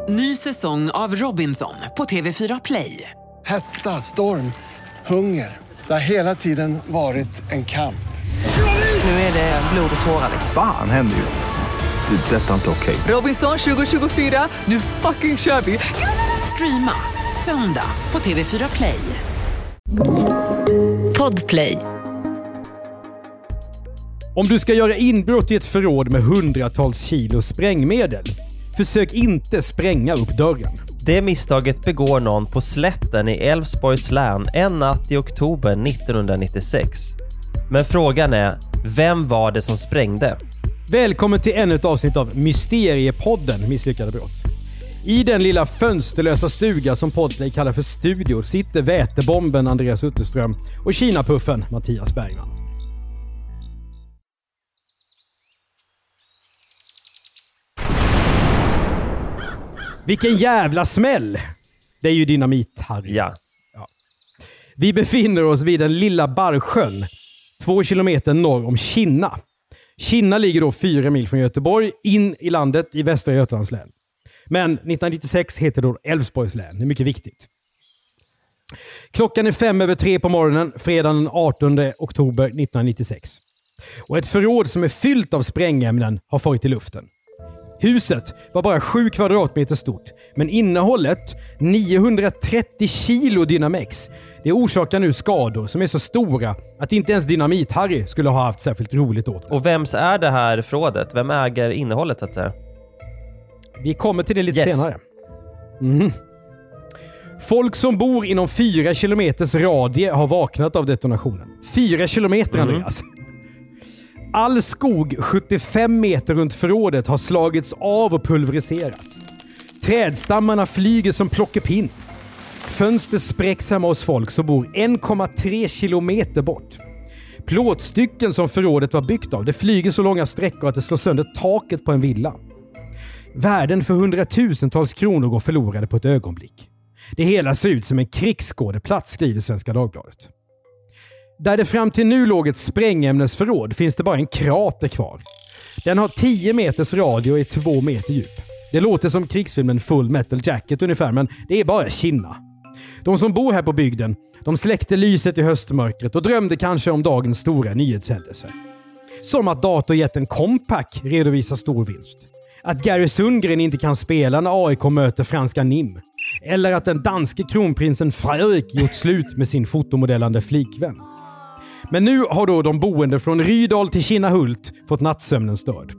Ny säsong av Robinson på TV4 Play. Hetta, storm, hunger. Det har hela tiden varit en kamp. Nu är det blod och tårar. Fan händer just nu. Det. Detta är inte okej. Robinson 2024, nu fucking kör vi. Streama söndag på TV4 Play. Podplay. Om du ska göra inbrott i ett förråd med hundratals kilo sprängmedel, försök inte spränga upp dörren. Det misstaget begår någon på slätten i Älvsborgs län en natt i oktober 1996. Men frågan är, vem var det som sprängde? Välkommen till ännu ett avsnitt av Mysteriepodden Misslyckade brott. I den lilla fönsterlösa stuga som Podplay kallar för studio sitter vätebomben Andreas Utterström och Kinapuffen Mattias Bergman. Vilken jävla smäll! Det är ju dynamit, Harry. Ja. Vi befinner oss vid den lilla Barrsjön, 2 kilometer norr om Kinna. Kinna ligger då 4 mil från Göteborg in i landet i Västra Götalands län. Men 1996 heter det då Älvsborgs län. Det är mycket viktigt. Klockan är 5:03 på morgonen, fredagen den 18 oktober 1996. Och ett förråd som är fyllt av sprängämnen har farit i luften. Huset var bara 7 kvadratmeter stort, men innehållet 930 kilo Dynamex. Det orsakar nu skador som är så stora att inte ens Dynamit-Harry skulle ha haft särskilt roligt åt det. Och vems är det här förrådet? Vem äger innehållet så att säga? Vi kommer till det lite senare. Folk som bor inom 4 kilometers radie har vaknat av detonationen. 4 kilometer, Andreas. All skog 75 meter runt förrådet har slagits av och pulveriserats. Trädstammarna flyger som plockepinn. Fönster spräcks hemma hos folk som bor 1,3 kilometer bort. Plåtstycken som förrådet var byggt av, det flyger så långa sträckor att det slår sönder taket på en villa. Värden för 100,000-tals kronor går förlorade på ett ögonblick. Det hela ser ut som en krigsskådeplats, skriver Svenska Dagbladet. Där det fram till nu låg ett sprängämnesförråd finns det bara en krater kvar. Den har 10 meters radie och är 2 meter djup. Det låter som krigsfilmen Full Metal Jacket ungefär, men det är bara Kinna. De som bor här på bygden, de släckte lyset i höstmörkret och drömde kanske om dagens stora nyhetshändelser. Som att datorjätten Compaq redovisar stor vinst. Att Gary Sundgren inte kan spela när AIK möter franska Nim. Eller att den danske kronprinsen Frederik gjort slut med sin fotomodellande flickvän. Men nu har då de boende från Rydal till Kinnahult fått nattsömnen störd.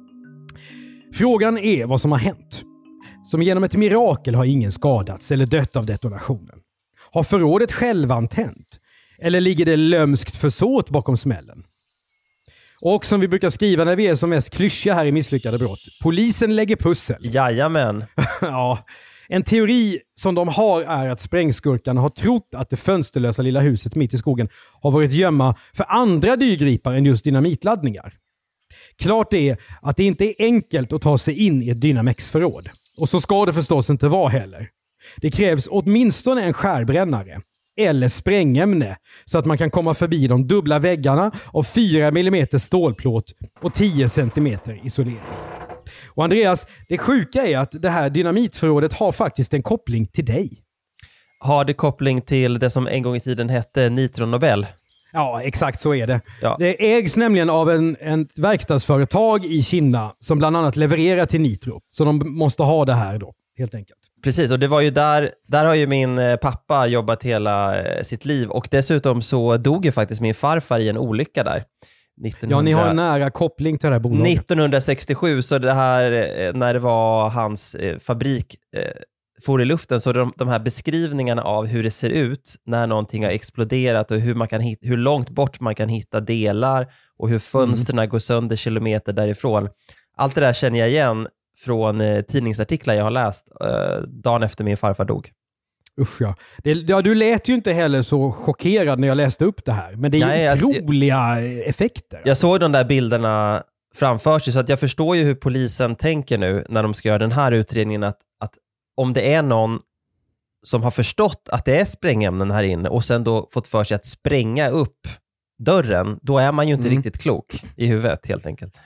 Frågan är vad som har hänt. Som genom ett mirakel har ingen skadats eller dött av detonationen. Har förrådet självantänt? Eller ligger det lömskt försåt bakom smällen? Och som vi brukar skriva när vi är som mest klyschiga här i Misslyckade brott. Polisen lägger pussel. Jajamän. Ja. En teori som de har är att sprängskurkarna har trott att det fönsterlösa lilla huset mitt i skogen har varit gömma för andra dyrgripar än just dynamitladdningar. Klart är att det inte är enkelt att ta sig in i ett Dynamex-förråd. Och så ska det förstås inte vara heller. Det krävs åtminstone en skärbrännare eller sprängämne så att man kan komma förbi de dubbla väggarna av 4 mm stålplåt och 10 cm isolering. Och Andreas, det sjuka är att det här dynamitförrådet har faktiskt en koppling till dig. Har det koppling till det som en gång i tiden hette Nitro Nobel? Ja, exakt så är det. Ja. Det ägs nämligen av en verkstadsföretag i Kina som bland annat levererar till Nitro. Så de måste ha det här då, helt enkelt. Precis, och det var ju där har ju min pappa jobbat hela sitt liv. Och dessutom så dog ju faktiskt min farfar i en olycka där. Ja, ni har en nära koppling till det här bolaget. 1967, så det här när det var hans fabrik for i luften, så de här beskrivningarna av hur det ser ut när någonting har exploderat och hur långt bort man kan hitta delar och hur fönsterna går sönder kilometer därifrån. Allt det där känner jag igen från tidningsartiklar jag har läst dagen efter min farfar dog. Usch ja. Du lät ju inte heller så chockerad när jag läste upp det här. Men det är ju otroliga effekter. Jag såg de där bilderna framför sig, så att jag förstår ju hur polisen tänker nu när de ska göra den här utredningen. Att om det är någon som har förstått att det är sprängämnen här inne och sen då fått för sig att spränga upp dörren, då är man ju inte riktigt klok i huvudet helt enkelt.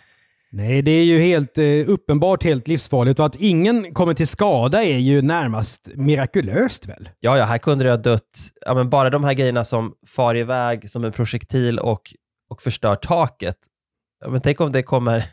Nej, det är ju helt uppenbart helt livsfarligt och att ingen kommer till skada är ju närmast mirakulöst väl? Ja, här kunde det ha dött. Ja, men bara de här grejerna som far iväg som en projektil och förstör taket. Ja, men tänk om det kommer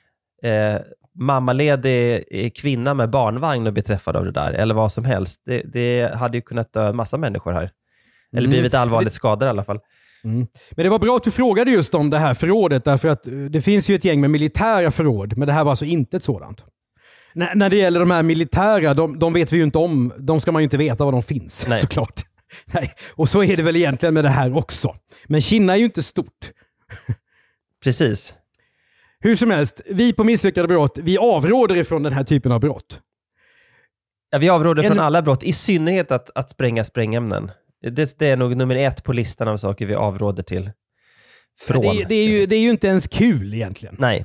mammaledig kvinna med barnvagn och blir träffad av det där, eller vad som helst. Det hade ju kunnat dö en massa människor här. Eller blivit allvarligt skadade i alla fall. Mm. Men det var bra att du frågade just om det här förrådet, därför att det finns ju ett gäng med militära förråd, men det här var alltså inte ett sådant. När det gäller de här militära, de vet vi ju inte om, de ska man ju inte veta var de finns. Nej. Såklart. Nej. Och så är det väl egentligen med det här också. Men Kina är ju inte stort. Precis. Hur som helst, vi på Misslyckade brott, vi avråder ifrån den här typen av brott. Ja, vi avråder från alla brott, i synnerhet att spränga sprängämnen. Det är nog nummer 1 på listan av saker vi avråder till. Från. Det är ju inte ens kul egentligen. Nej.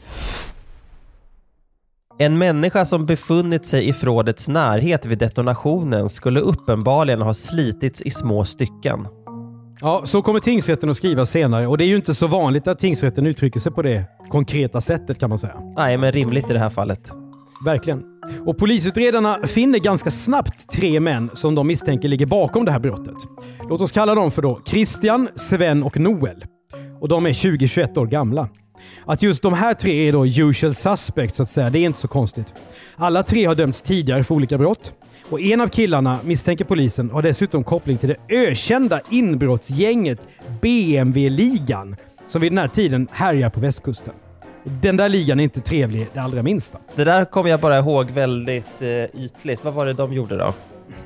En människa som befunnit sig i förrådets närhet vid detonationen skulle uppenbarligen ha slitits i små stycken. Ja, så kommer tingsrätten att skriva senare, och det är ju inte så vanligt att tingsrätten uttrycker sig på det konkreta sättet, kan man säga. Nej, men rimligt i det här fallet. Verkligen. Och polisutredarna finner ganska snabbt 3 män som de misstänker ligger bakom det här brottet. Låt oss kalla dem för då Christian, Sven och Noel. Och de är 20-21 år gamla. Att just de här 3 är då usual suspects så att säga, det är inte så konstigt. Alla 3 har dömts tidigare för olika brott. Och en av killarna, misstänker polisen, har dessutom koppling till det ökända inbrottsgänget BMW-ligan som vid den här tiden härjar på västkusten. Den där ligan är inte trevlig det allra minsta. Det där kommer jag bara ihåg väldigt ytligt. Vad var det de gjorde då?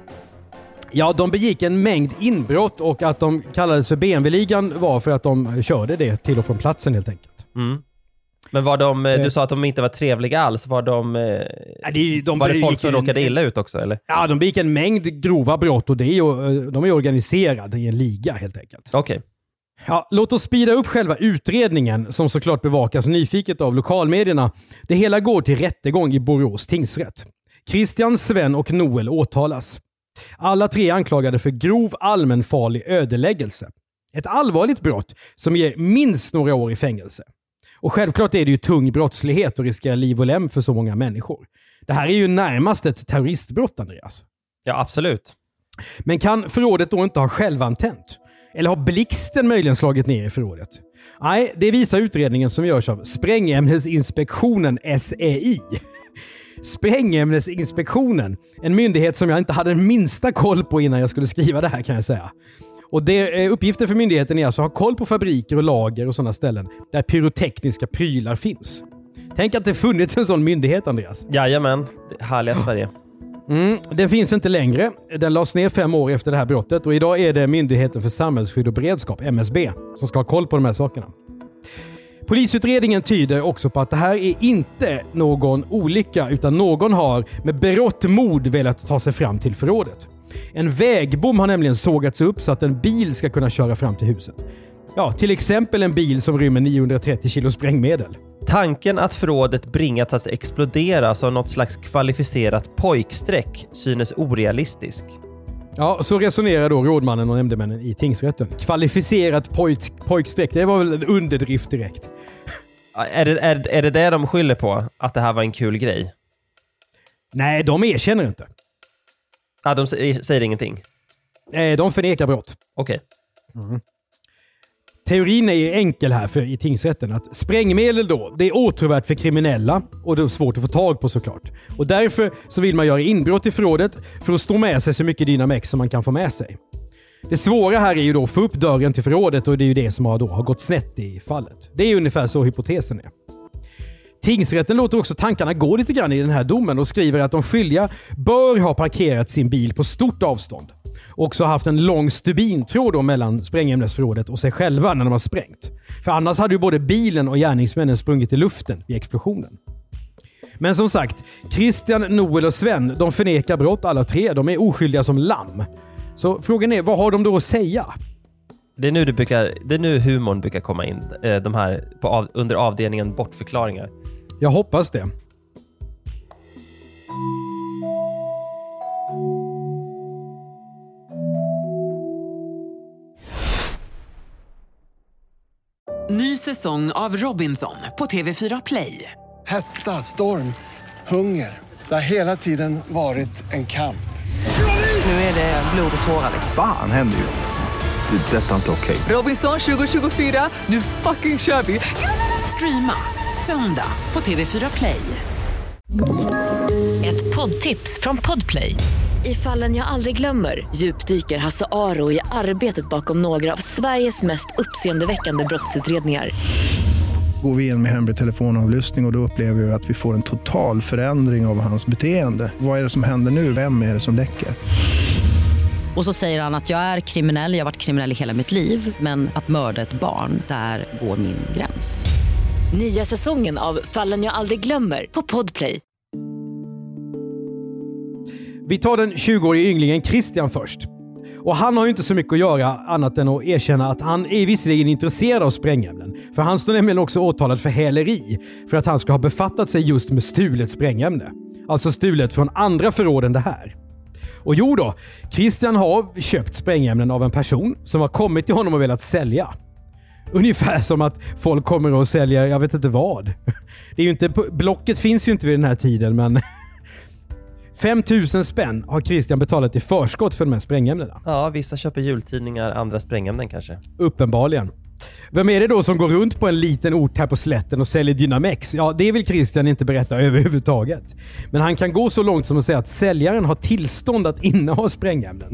Ja, de begick en mängd inbrott, och att de kallades för BMW-ligan var för att de körde det till och från platsen helt enkelt. Mm. Men var de, du sa att de inte var trevliga alls, var det folk som råkade illa ut också, eller? Ja, de begick en mängd grova brott, och de är organiserade i en liga helt enkelt. Okej. Okay. Ja, låt oss speeda upp själva utredningen som såklart bevakas nyfiket av lokalmedierna. Det hela går till rättegång i Borås tingsrätt. Christian, Sven och Noel åtalas. Alla 3 anklagade för grov allmänfarlig ödeläggelse. Ett allvarligt brott som ger minst några år i fängelse. Och självklart är det ju tung brottslighet och riskerar liv och lem för så många människor. Det här är ju närmast ett terroristbrott, Andreas. Ja, absolut. Men kan förrådet då inte ha självantänt? Eller har blixten möjligen slagit ner i förrådet? Nej, det visar utredningen som görs av Sprängämnesinspektionen SEI. Sprängämnesinspektionen, en myndighet som jag inte hade den minsta koll på innan jag skulle skriva det här, kan jag säga. Och uppgiften för myndigheten är alltså att ha koll på fabriker och lager och sådana ställen där pyrotekniska prylar finns. Tänk att det funnits en sån myndighet, Andreas. Jajamän, härliga Sverige. Den finns inte längre. Den lades ner 5 år efter det här brottet, och idag är det Myndigheten för samhällsskydd och beredskap, MSB, som ska ha koll på de här sakerna. Polisutredningen tyder också på att det här är inte någon olycka, utan någon har med berått mod velat ta sig fram till förrådet. En vägbom har nämligen sågats upp så att en bil ska kunna köra fram till huset. Ja, till exempel en bil som rymmer 930 kilo sprängmedel. Tanken att förrådet bringats att explodera som något slags kvalificerat pojksträck synes orealistisk. Ja, så resonerar då rådmannen och nämndemännen i tingsrätten. Kvalificerat pojksträck, det var väl en underdrift direkt. Är det de skyller på? Att det här var en kul grej? Nej, de erkänner inte. Ja, de säger ingenting? De förnekar brott. Okej. Mm. Teorin är enkel här i tingsrätten, att sprängmedel då, det är åtråvärt för kriminella och det är svårt att få tag på såklart. Och därför så vill man göra inbrott i förrådet för att stå med sig så mycket Dynamex som man kan få med sig. Det svåra här är ju då att få upp dörren till förrådet, och det är ju det som har gått snett i fallet. Det är ungefär så hypotesen är. Tingsrätten låter också tankarna gå lite grann i den här domen och skriver att de skyldiga bör ha parkerat sin bil på stort avstånd. Och också haft en lång stubintråd då mellan sprängämnesförrådet och sig själva när de har sprängt. För annars hade ju både bilen och gärningsmännen sprungit i luften vid explosionen. Men som sagt, Christian, Noel och Sven, de förnekar brott alla 3. De är oskyldiga som lamm. Så frågan är, vad har de då att säga? Det är nu humorn brukar komma in, de här under avdelningen bortförklaringar. Jag hoppas det. Ny säsong av Robinson på TV4 Play. Hetta, storm, hunger. Det har hela tiden varit en kamp. Nu är det blod och tårar. Fan händer just nu. Detta är inte okej. Robinson 2024, nu fucking kör vi! Streama söndag på TV4 Play. Ett poddtips från Podplay. I Fallen jag aldrig glömmer djupdyker Hasse Aro i arbetet bakom några av Sveriges mest uppseendeväckande brottsutredningar. Går vi in med hemlig telefonavlyssning och då upplever vi att vi får en total förändring av hans beteende. Vad är det som händer nu? Vem är det som läcker? Och så säger han att jag är kriminell, jag har varit kriminell i hela mitt liv. Men att mörda ett barn, där går min gräns. Nya säsongen av Fallen jag aldrig glömmer på Podplay. Vi tar den 20-årige ynglingen Christian först. Och han har ju inte så mycket att göra annat än att erkänna att han är visserligen intresserad av sprängämnen. För han står nämligen också åtalad för häleri för att han ska ha befattat sig just med stulet sprängämne. Alltså stulet från andra förråd än det här. Och jo då, Christian har köpt sprängämnen av en person som har kommit till honom och velat sälja. Ungefär som att folk kommer och säljer, jag vet inte vad. Det är ju inte, Blocket finns ju inte vid den här tiden, men 5 000 spänn har Christian betalat i förskott för de här sprängämnena. Ja, vissa köper jultidningar, andra sprängämnen kanske. Uppenbarligen. Vem är det då som går runt på en liten ort här på slätten och säljer Dynamex? Ja, det vill Christian inte berätta överhuvudtaget. Men han kan gå så långt som att säga att säljaren har tillstånd att inneha sprängämnen.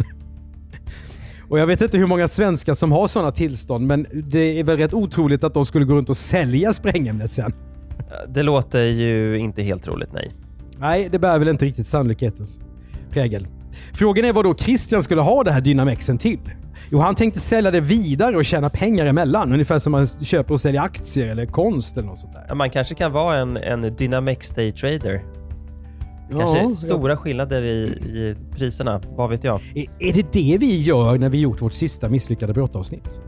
Och jag vet inte hur många svenskar som har sådana tillstånd, men det är väl rätt otroligt att de skulle gå runt och sälja sprängämnet sen. Det låter ju inte helt roligt, nej. Nej, det bär väl inte riktigt sannolikhetens prägel. Frågan är vad då Christian skulle ha det här Dynamexen till. Jo, han tänkte sälja det vidare och tjäna pengar emellan. Ungefär som man köper och säljer aktier eller konst eller något sånt där. Ja, man kanske kan vara en Dynamex daytrader. Kanske stora skillnader i priserna, vad vet jag. Är det vi gör när vi gjort vårt sista misslyckade brottavsnitt?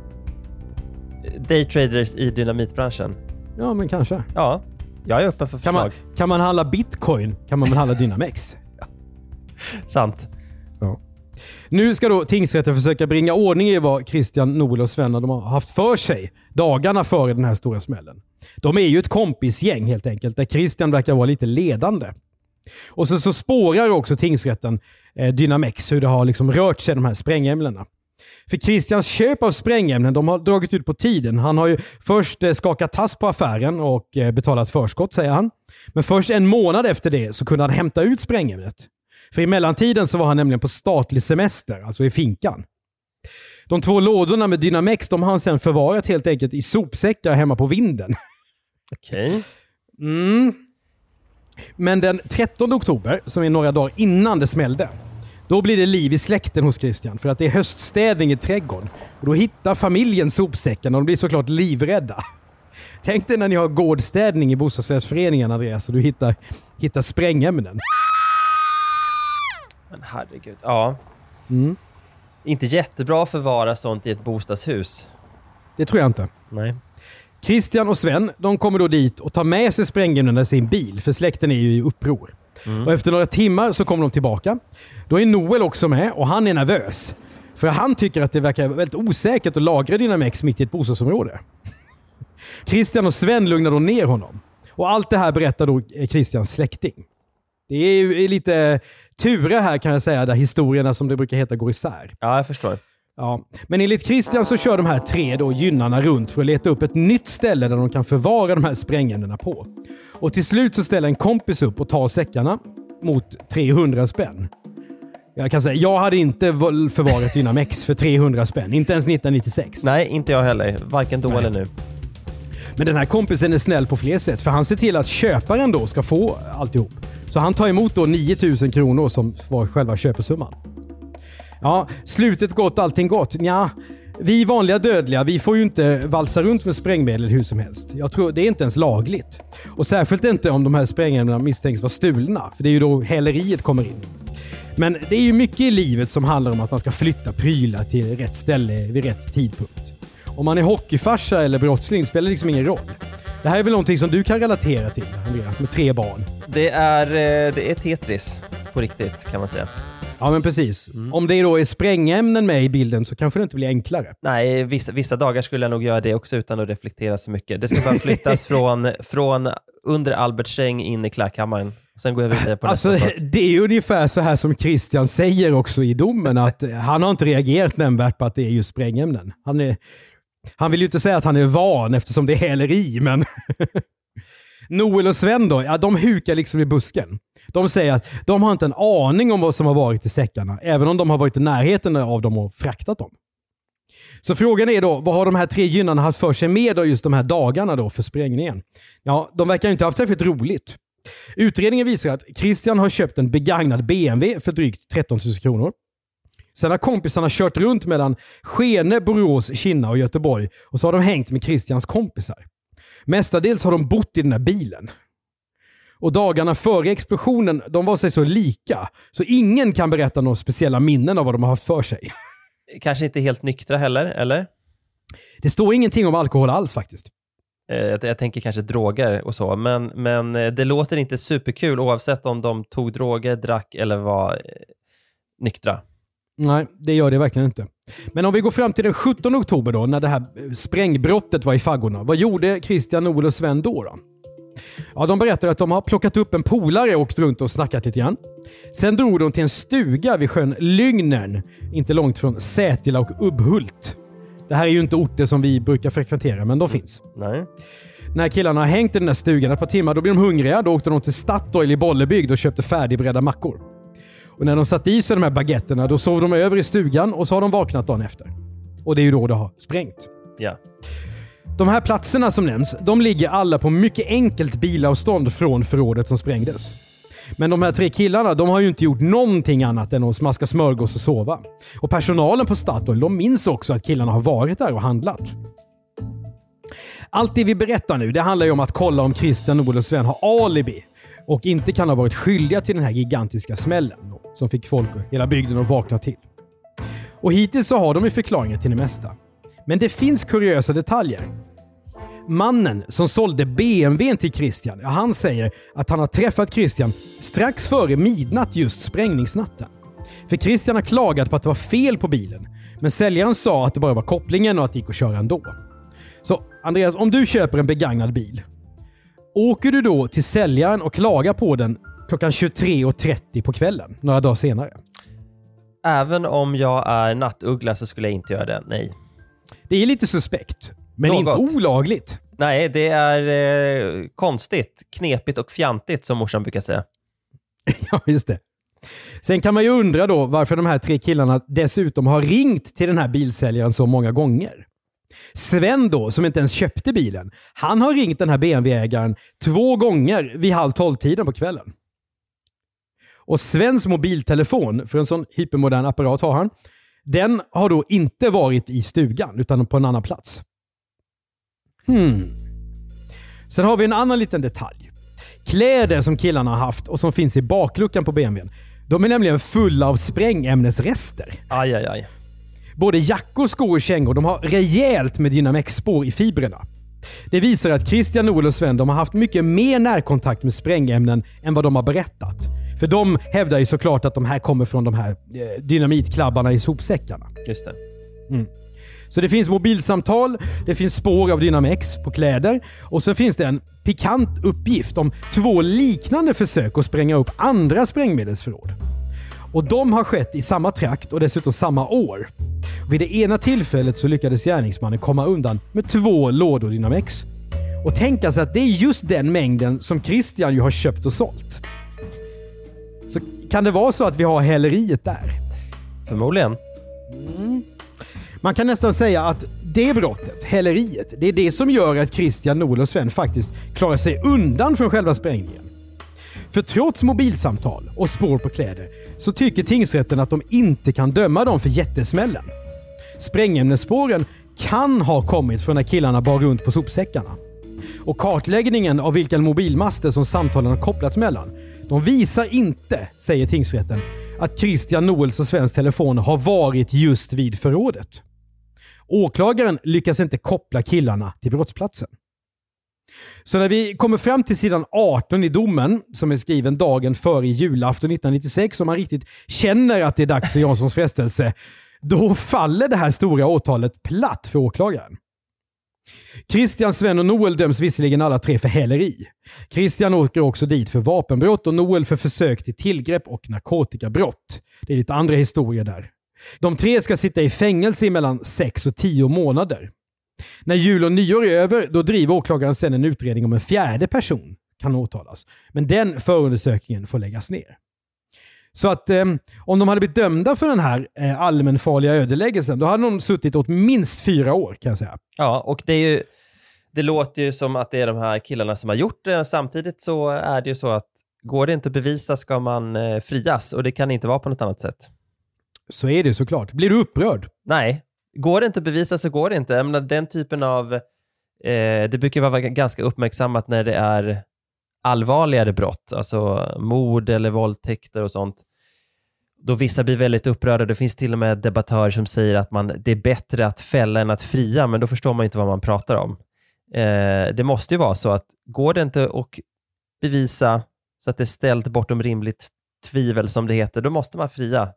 Daytraders i dynamitbranschen? Ja, men kanske. Ja, jag är öppen för förslag. Kan man handla bitcoin kan man väl handla Dynamex? Ja. Sant. Ja. Nu ska då tingsrätten försöka bringa ordning i vad Christian, Noel och Sven de har haft för sig dagarna före den här stora smällen. De är ju ett kompisgäng helt enkelt, där Christian verkar vara lite ledande. Och så spårar också tingsrätten Dynamex, hur det har liksom rört sig de här sprängämnena. För Christians köp av sprängämnen, de har dragit ut på tiden. Han har ju först skakat tass på affären och betalat förskott, säger han. Men först en månad efter det så kunde han hämta ut sprängämnet. För i mellantiden så var han nämligen på statlig semester, alltså i finkan. De 2 lådorna med Dynamex, de har han sedan förvarat helt enkelt i sopsäckar hemma på vinden. Okej. Men den 13 oktober, som är några dagar innan det smällde, då blir det liv i släkten hos Christian för att det är höststädning i trädgården. Och då hittar familjen sopsäcken och de blir såklart livrädda. Tänk dig när ni har gårdstädning i bostadsrättsföreningen, Andreas, och du hittar sprängämnen. Men herregud, ja. Inte jättebra att förvara sånt i ett bostadshus. Det tror jag inte. Nej. Christian och Sven, de kommer då dit och tar med sig sprängämnena i sin bil, för släkten är ju i uppror. Och efter några timmar så kommer de tillbaka. Då är Noel också med och han är nervös. För han tycker att det verkar väldigt osäkert att lagra Dynamex mitt i ett bostadsområde. Christian och Sven lugnar då ner honom. Och allt det här berättar då Christians släkting. Det är ju lite turer här, kan jag säga, där historierna, som det brukar heta, går isär. Ja, jag förstår. Ja. Men enligt Christian så kör de här 3 då gynnarna runt för att leta upp ett nytt ställe där de kan förvara de här sprängämnena på. Och till slut så ställer en kompis upp och tar säckarna mot 300 spänn. Jag kan säga, jag hade inte förvarat Dynamex för 300 spänn. Inte ens 1996. Nej, inte jag heller. Varken då eller nu. Men den här kompisen är snäll på fler sätt, för han ser till att köparen då ska få alltihop. Så han tar emot då 9 000 kronor som var själva köpesumman. Ja, slutet gott, allting gott. Nja, vi vanliga dödliga, vi får ju inte valsa runt med sprängmedel hur som helst. Jag tror det är inte ens lagligt. Och särskilt inte om de här sprängämnena misstänks vara stulna, för det är ju då häleriet kommer in. Men det är ju mycket i livet som handlar om att man ska flytta prylar till rätt ställe vid rätt tidpunkt. Om man är hockeyfarsa eller brottsling spelar liksom ingen roll. Det här är väl någonting som du kan relatera till, Andreas, med 3 barn. Det är Tetris på riktigt, kan man säga. Ja, men precis. Om det då är sprängämnen med i bilden så kanske det inte blir enklare. Nej, vissa dagar skulle jag nog göra det också utan att reflektera så mycket. Det ska bara flyttas från under Alberts säng in i klädkammaren. Sen går jag vidare på nästa sak. Det är ungefär så här som Christian säger också i domen, att han har inte reagerat nämnvärt på att det är just sprängämnen. Han vill ju inte säga att han är van eftersom det är häleri, men Noel och Sven då, de hukar liksom i busken. De säger att de har inte en aning om vad som har varit i säckarna, även om de har varit i närheten av dem och fraktat dem. Så frågan är då, vad har de här 3 gynnarna haft för sig med då just de här dagarna då för sprängningen? Ja, de verkar inte ha haft särskilt roligt. Utredningen visar att Christian har köpt en begagnad BMW för drygt 13 000 kronor. Sen har kompisarna kört runt mellan Skene, Borås, Kinna och Göteborg och så har de hängt med Christians kompisar. Mestadels har de bott i den här bilen. Och dagarna före explosionen, de var sig så lika så ingen kan berätta några speciella minnen av vad de har haft för sig. Kanske inte helt nyktra heller, eller? Det står ingenting om alkohol alls faktiskt. Jag tänker kanske droger och så, men det låter inte superkul oavsett om de tog droger, drack eller var nyktra. Nej, det gör det verkligen inte. Men om vi går fram till den 17 oktober då, när det här sprängbrottet var i faggorna. Vad gjorde Christian, Noel och Sven då? Ja, de berättar att de har plockat upp en polare och åkt runt och snackat lite grann. Sen drog de till en stuga vid sjön Lygnern, inte långt från Sätila och Ubbhult. Det här är ju inte orter som vi brukar frekventera, men de finns. Nej. När killarna har hängt i den där stugan ett par timmar, då blir de hungriga. Då åkte de till Statoil i Bollebygd och köpte färdigbredda mackor. Och när de satt i sig de här baguetterna, då sov de över i stugan och så har de vaknat dagen efter. Och det är ju då det har sprängt. Ja. De här platserna som nämns, de ligger alla på mycket enkelt bilavstånd från förrådet som sprängdes. Men de här 3 killarna, de har ju inte gjort någonting annat än att smaska smörgås och sova. Och personalen på Statoil, de minns också att killarna har varit där och handlat. Allt det vi berättar nu, det handlar ju om att kolla om Christian, Noel och Sven har alibi och inte kan ha varit skyldiga till den här gigantiska smällen som fick folk och hela bygden att vakna till. Och hittills så har de ju förklaringar till det mesta. Men det finns kuriösa detaljer. Mannen som sålde BMWn till Christian, han säger att han har träffat Christian strax före midnatt just sprängningsnatten. För Christian har klagat på att det var fel på bilen, men säljaren sa att det bara var kopplingen och att det gick att köra ändå. Så Andreas, om du köper en begagnad bil, åker du då till säljaren och klagar på den klockan 23:30 på kvällen, några dagar senare? Även om jag är nattuggla så skulle jag inte göra det, nej. Det är lite suspekt, men inte olagligt. Nej, det är konstigt, knepigt och fjantigt som morsan brukar säga. Ja, just det. Sen kan man ju undra då varför de här 3 killarna dessutom har ringt till den här bilsäljaren så många gånger. Sven då, som inte ens köpte bilen, han har ringt den här BMW-ägaren 2 gånger vid 11:30 på kvällen. Och Svens mobiltelefon, för en sån hypermodern apparat har han, den har då inte varit i stugan utan på en annan plats. Sen har vi en annan liten detalj. Kläder som killarna har haft och som finns i bakluckan på BMWn, de är nämligen fulla av sprängämnesrester. Aj, aj, aj. Både jackor, skor och kängor, de har rejält med Dynamex-spår i fibrerna. Det visar att Christian, Noel och Sven, de har haft mycket mer närkontakt med sprängämnen än vad de har berättat. För de hävdar ju såklart att de här kommer från de här dynamitklabbarna i sopsäckarna. Just det. Så det finns mobilsamtal, det finns spår av Dynamex på kläder och så finns det en pikant uppgift om 2 liknande försök att spränga upp andra sprängmedelsförråd. Och de har skett i samma trakt och dessutom samma år. Vid det ena tillfället så lyckades gärningsmannen komma undan med 2 lådor Dynamex. Och tänka sig att det är just den mängden som Christian ju har köpt och sålt. Så kan det vara så att vi har häleriet där? Förmodligen. Man kan nästan säga att det brottet, häleriet, det är det som gör att Christian, Noel och Sven faktiskt klarar sig undan från själva sprängningen. För trots mobilsamtal och spår på kläder så tycker tingsrätten att de inte kan döma dem för jättesmällen. Sprängämnesspåren kan ha kommit från när killarna bar runt på sopsäckarna. Och kartläggningen av vilka mobilmaster som samtalen har kopplats mellan, de visar inte, säger tingsrätten, att Christian, Noels och Svens telefon har varit just vid förrådet. Åklagaren lyckas inte koppla killarna till brottsplatsen. Så när vi kommer fram till sidan 18 i domen, som är skriven dagen före julafton 1996, om man riktigt känner att det är dags för Janssons frestelse, då faller det här stora åtalet platt för åklagaren. Christian, Sven och Noel döms visserligen alla 3 för häleri. Christian åker också dit för vapenbrott och Noel för försök till tillgrepp och narkotikabrott. Det är lite andra historier där. De 3 ska sitta i fängelse i mellan 6 och 10 månader. När jul och nyår är över, då driver åklagaren sedan en utredning om en 4:e person kan åtalas. Men den förundersökningen får läggas ner. Så att om de hade blivit dömda för den här allmänfarliga ödeläggelsen, då hade de suttit åt minst 4 år, kan jag säga. Ja, och det låter ju som att det är de här killarna som har gjort det. Samtidigt så är det ju så att går det inte att bevisa ska man frias, och det kan inte vara på något annat sätt. Så är det såklart. Blir du upprörd? Nej, går det inte att bevisa så går det inte. Jag menar, den typen av det brukar vara ganska uppmärksammat när det är allvarligare brott, alltså mord eller våldtäkter och sånt. Då vissa blir väldigt upprörda. Det finns till och med debattörer som säger att det är bättre att fälla än att fria, men då förstår man inte vad man pratar om. Det måste ju vara så att går det inte att bevisa så att det är ställt bortom rimligt tvivel, som det heter, då måste man fria.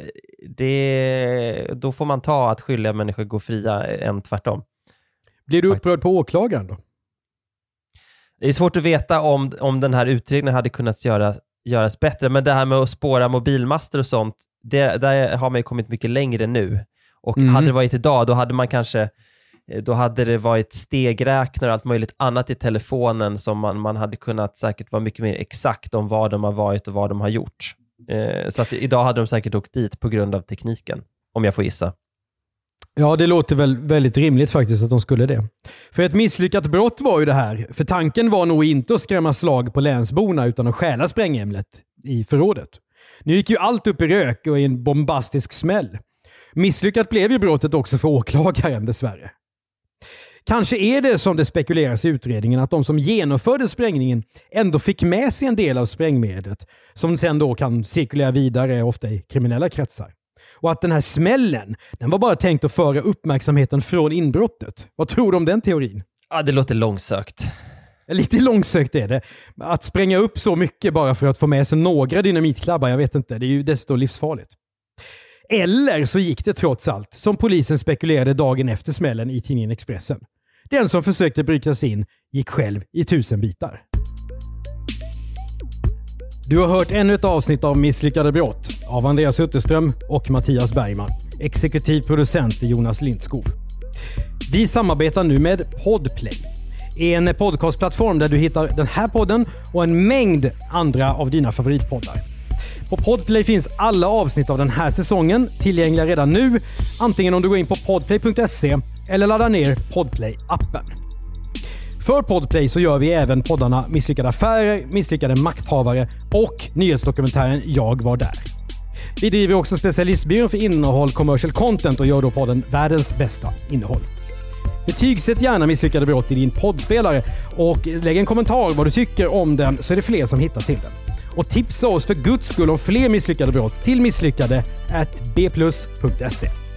Då får man ta att skyldiga människor går fria än tvärtom. Blir du upprörd på åklagaren då? Det är svårt att veta om den här utredningen hade kunnat göras bättre, men det här med att spåra mobilmaster och sånt, där har man ju kommit mycket längre nu. Och hade det varit idag, då hade det varit stegräknare och allt möjligt annat i telefonen som man hade kunnat säkert vara mycket mer exakt om vad de har varit och vad de har gjort. Så att idag hade de säkert åkt dit på grund av tekniken, om jag får gissa. Ja, det låter väl väldigt rimligt faktiskt att de skulle det. För ett misslyckat brott var ju det här. För tanken var nog inte att skrämma slag på länsborna utan att stjäla sprängämnet i förrådet. Nu gick ju allt upp i rök och i en bombastisk smäll. Misslyckat blev ju brottet också för åklagaren dessvärre. Kanske är det som det spekuleras i utredningen att de som genomförde sprängningen ändå fick med sig en del av sprängmedlet som sen då kan cirkulera vidare ofta i kriminella kretsar. Och att den här smällen, den var bara tänkt att föra uppmärksamheten från inbrottet. Vad tror du om den teorin? Ja, det låter långsökt. Lite långsökt är det. Att spränga upp så mycket bara för att få med sig några dynamitklabbar, jag vet inte. Det är ju dessutom livsfarligt. Eller så gick det trots allt, som polisen spekulerade dagen efter smällen i tidningen Expressen. Den som försökte bryta sig in gick själv i 1000 bitar. Du har hört ännu ett avsnitt av Misslyckade brott av Andreas Utterström och Mattias Bergman. Exekutiv producent är Jonas Lindskov. Vi samarbetar nu med Podplay. En podcastplattform där du hittar den här podden och en mängd andra av dina favoritpoddar. På Podplay finns alla avsnitt av den här säsongen tillgängliga redan nu, antingen om du går in på podplay.se eller laddar ner Podplay-appen. För Podplay så gör vi även poddarna Misslyckade affärer, Misslyckade makthavare och nyhetsdokumentären Jag var där. Vi driver också specialistbyrån för innehåll commercial content och gör då podden Världens bästa innehåll. Betygsätt gärna Misslyckade brott i din poddspelare och lägg en kommentar vad du tycker om den så är det fler som hittar till den. Och tipsa oss för Guds skull om fler misslyckade brott till misslyckade@bplus.se.